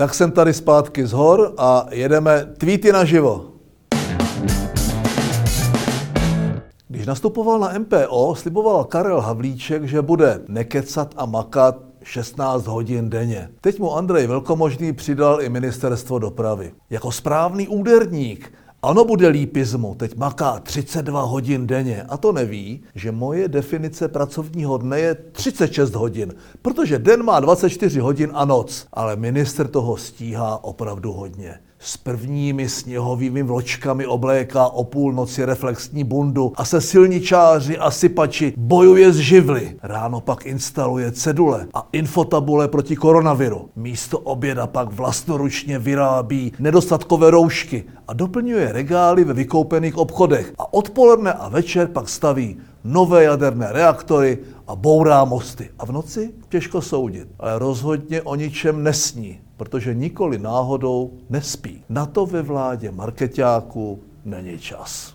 Tak jsem tady zpátky z hor a jedeme tweety naživo. Když nastupoval na MPO, sliboval Karel Havlíček, že bude nekecat a makat 16 hodin denně. Teď mu Andrej Velkomožný přidal i ministerstvo dopravy. Jako správný úderník, ano, bude lípismu, teď maká 32 hodin denně a to neví, že moje definice pracovního dne je 36 hodin, protože den má 24 hodin a noc, ale ministr toho stíhá opravdu hodně. S prvními sněhovými vločkami obléká o půlnoci reflexní bundu a se silničáři a sypači bojuje s živly. Ráno pak instaluje cedule a infotabule proti koronaviru. Místo oběda pak vlastnoručně vyrábí nedostatkové roušky a doplňuje regály ve vykoupených obchodech. A odpoledne a večer pak staví nové jaderné reaktory a bourá mosty. A v noci těžko soudit, ale rozhodně o ničem nesní, protože nikoli náhodou nespí. Na to ve vládě markeťáků není čas.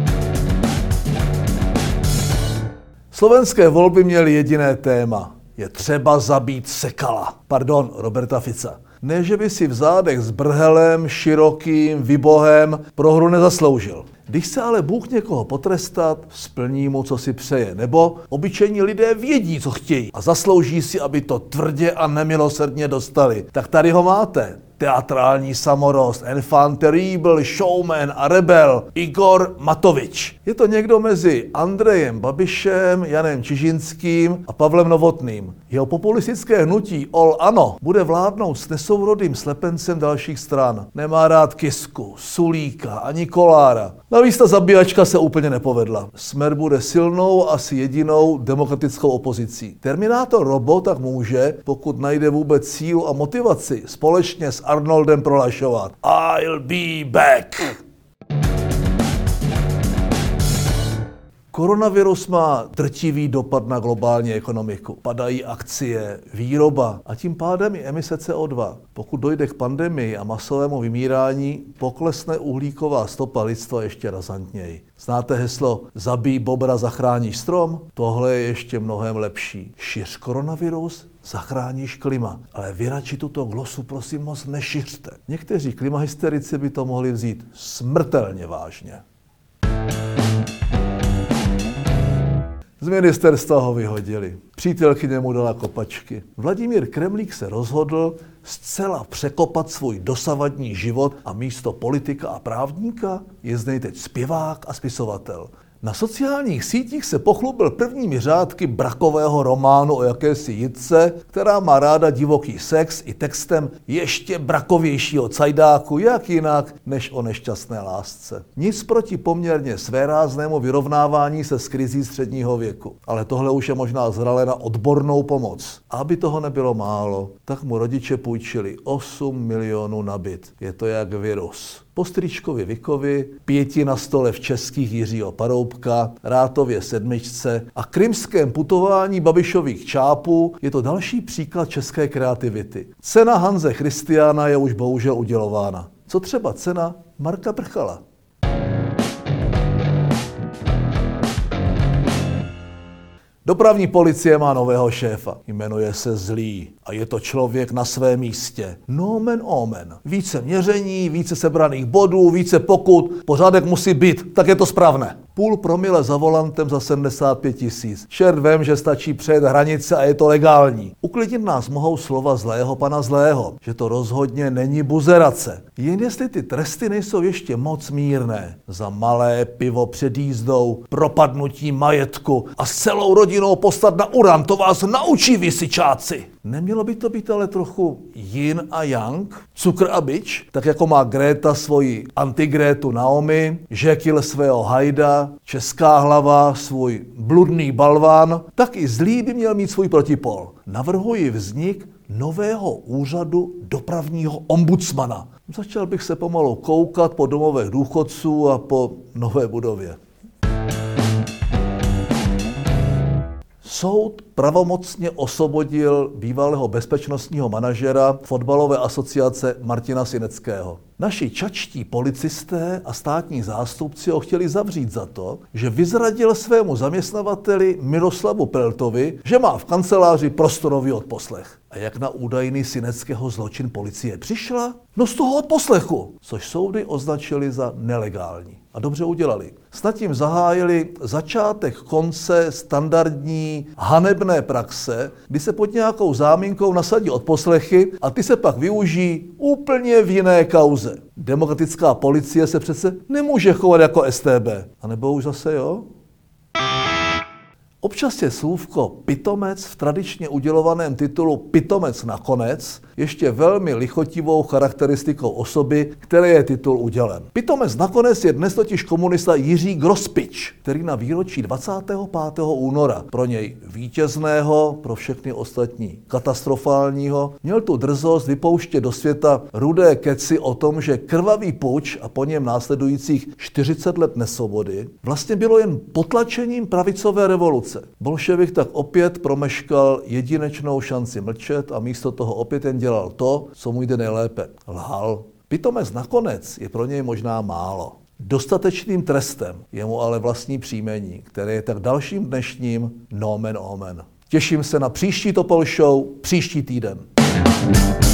Slovenské volby měly jediné téma. Je třeba zabít Sekala. Pardon, Roberta Fica. Ne, že by si v zádech s brhelem, širokým, vybohem prohru nezasloužil. Když se ale Bůh někoho potrestat, splní mu, co si přeje. Nebo obyčejní lidé vědí, co chtějí a zaslouží si, aby to tvrdě a nemilosrdně dostali. Tak tady ho máte. Teatrální samorost, enfant terrible, showman a rebel Igor Matovič. Je to někdo mezi Andrejem Babišem, Janem Čižinským a Pavlem Novotným. Jeho populistické hnutí All Ano bude vládnout s nesourodým slepencem dalších stran. Nemá rád Kisku, Sulíka ani Kolára. Navíc ta zabíjačka se úplně nepovedla. Smer bude silnou, asi jedinou demokratickou opozicí. Terminátor Robo tak může, pokud najde vůbec sílu a motivaci, společně s Arnoldem prohlašovat I'll be back. Koronavirus má drtivý dopad na globální ekonomiku. Padají akcie, výroba a tím pádem i emise CO2. Pokud dojde k pandemii a masovému vymírání, poklesne uhlíková stopa lidstva ještě razantněji. Znáte heslo zabij bobra, zachráníš strom? Tohle je ještě mnohem lepší. Šiř koronavirus, zachráníš klima. Ale vy radši tuto glosu prosím moc nešiřte. Někteří klimahysterici by to mohli vzít smrtelně vážně. Z ministerstva ho vyhodili. Přítelkyně mu dala kopačky. Vladimír Kremlík se rozhodl zcela překopat svůj dosavadní život a místo politika a právníka je z něj teď zpěvák a spisovatel. Na sociálních sítích se pochlubil prvními řádky brakového románu o jakési jitce, která má ráda divoký sex i textem ještě brakovějšího cajdáku, jak jinak než o nešťastné lásce. Nic proti poměrně svéráznému vyrovnávání se s krizí středního věku. Ale tohle už je možná zralé na odbornou pomoc. A aby toho nebylo málo, tak mu rodiče půjčili 8 milionů na byt. Je to jak virus. Po strýčkovi Vikovi, 5 na stole v českých Jiřího Paroubka, Rátově sedmičce a krymském putování Babišových čápů je to další příklad české kreativity. Cena Hanze Christiana je už bohužel udělována. Co třeba cena Marka Prchala? Dopravní policie má nového šéfa. Jmenuje se Zlý a je to člověk na svém místě. Nomen omen. Více měření, více sebraných bodů, více pokut. Pořádek musí být, tak je to správné. 0,5 promile za volantem za 75 000. Čert vem, že stačí přejet hranice a je to legální. Uklidnit nás mohou slova zlého pana Zlého, že to rozhodně není buzerace. Jen jestli ty tresty nejsou ještě moc mírné. Za malé pivo před jízdou, propadnutí majetku a s celou rodinou poslat na uran, to vás naučí vysyčáci. Nemělo by to být ale trochu yin a yang, cukr a bič, tak jako má Greta svoji antigrétu Naomi, Jekyll svého Hyda, Česká hlava svůj bludný balván, tak i Zlý by měl mít svůj protipol. Navrhuji vznik nového úřadu dopravního ombudsmana. Začal bych se pomalu koukat po domovech důchodců a po nové budově. Soud pravomocně osvobodil bývalého bezpečnostního manažera fotbalové asociace Martina Syneckého. Naši čačtí policisté a státní zástupci ho chtěli zavřít za to, že vyzradil svému zaměstnavateli Miroslavu Peltovi, že má v kanceláři prostorový odposlech. A jak na údajný Syneckého zločin policie přišla? No z toho odposlechu, což soudy označili za nelegální. A dobře udělali. Snad tím zahájili začátek konce standardní hanebné praxe, kdy se pod nějakou záminkou nasadí odposlechy a ty se pak využijí úplně v jiné kauze. Demokratická policie se přece nemůže chovat jako StB. A nebo už zase jo? Občas je slůvko pitomec v tradičně udělovaném titulu pitomec nakonec ještě velmi lichotivou charakteristikou osoby, které je titul udělen. Pitomec nakonec je dnes totiž komunista Jiří Grospič, který na výročí 25. února, pro něj vítězného, pro všechny ostatní katastrofálního, měl tu drzost vypouštět do světa rudé keci o tom, že krvavý puč a po něm následujících 40 let nesvobody vlastně bylo jen potlačením pravicové revoluce. Bolševik tak opět promeškal jedinečnou šanci mlčet a místo toho opět jen dělal to, co mu jde nejlépe. Lhal. Pitomec nakonec je pro něj možná málo. Dostatečným trestem je mu ale vlastní příjmení, které je tak dalším dnešním nomen omen. Těším se na příští Topol Show příští týden.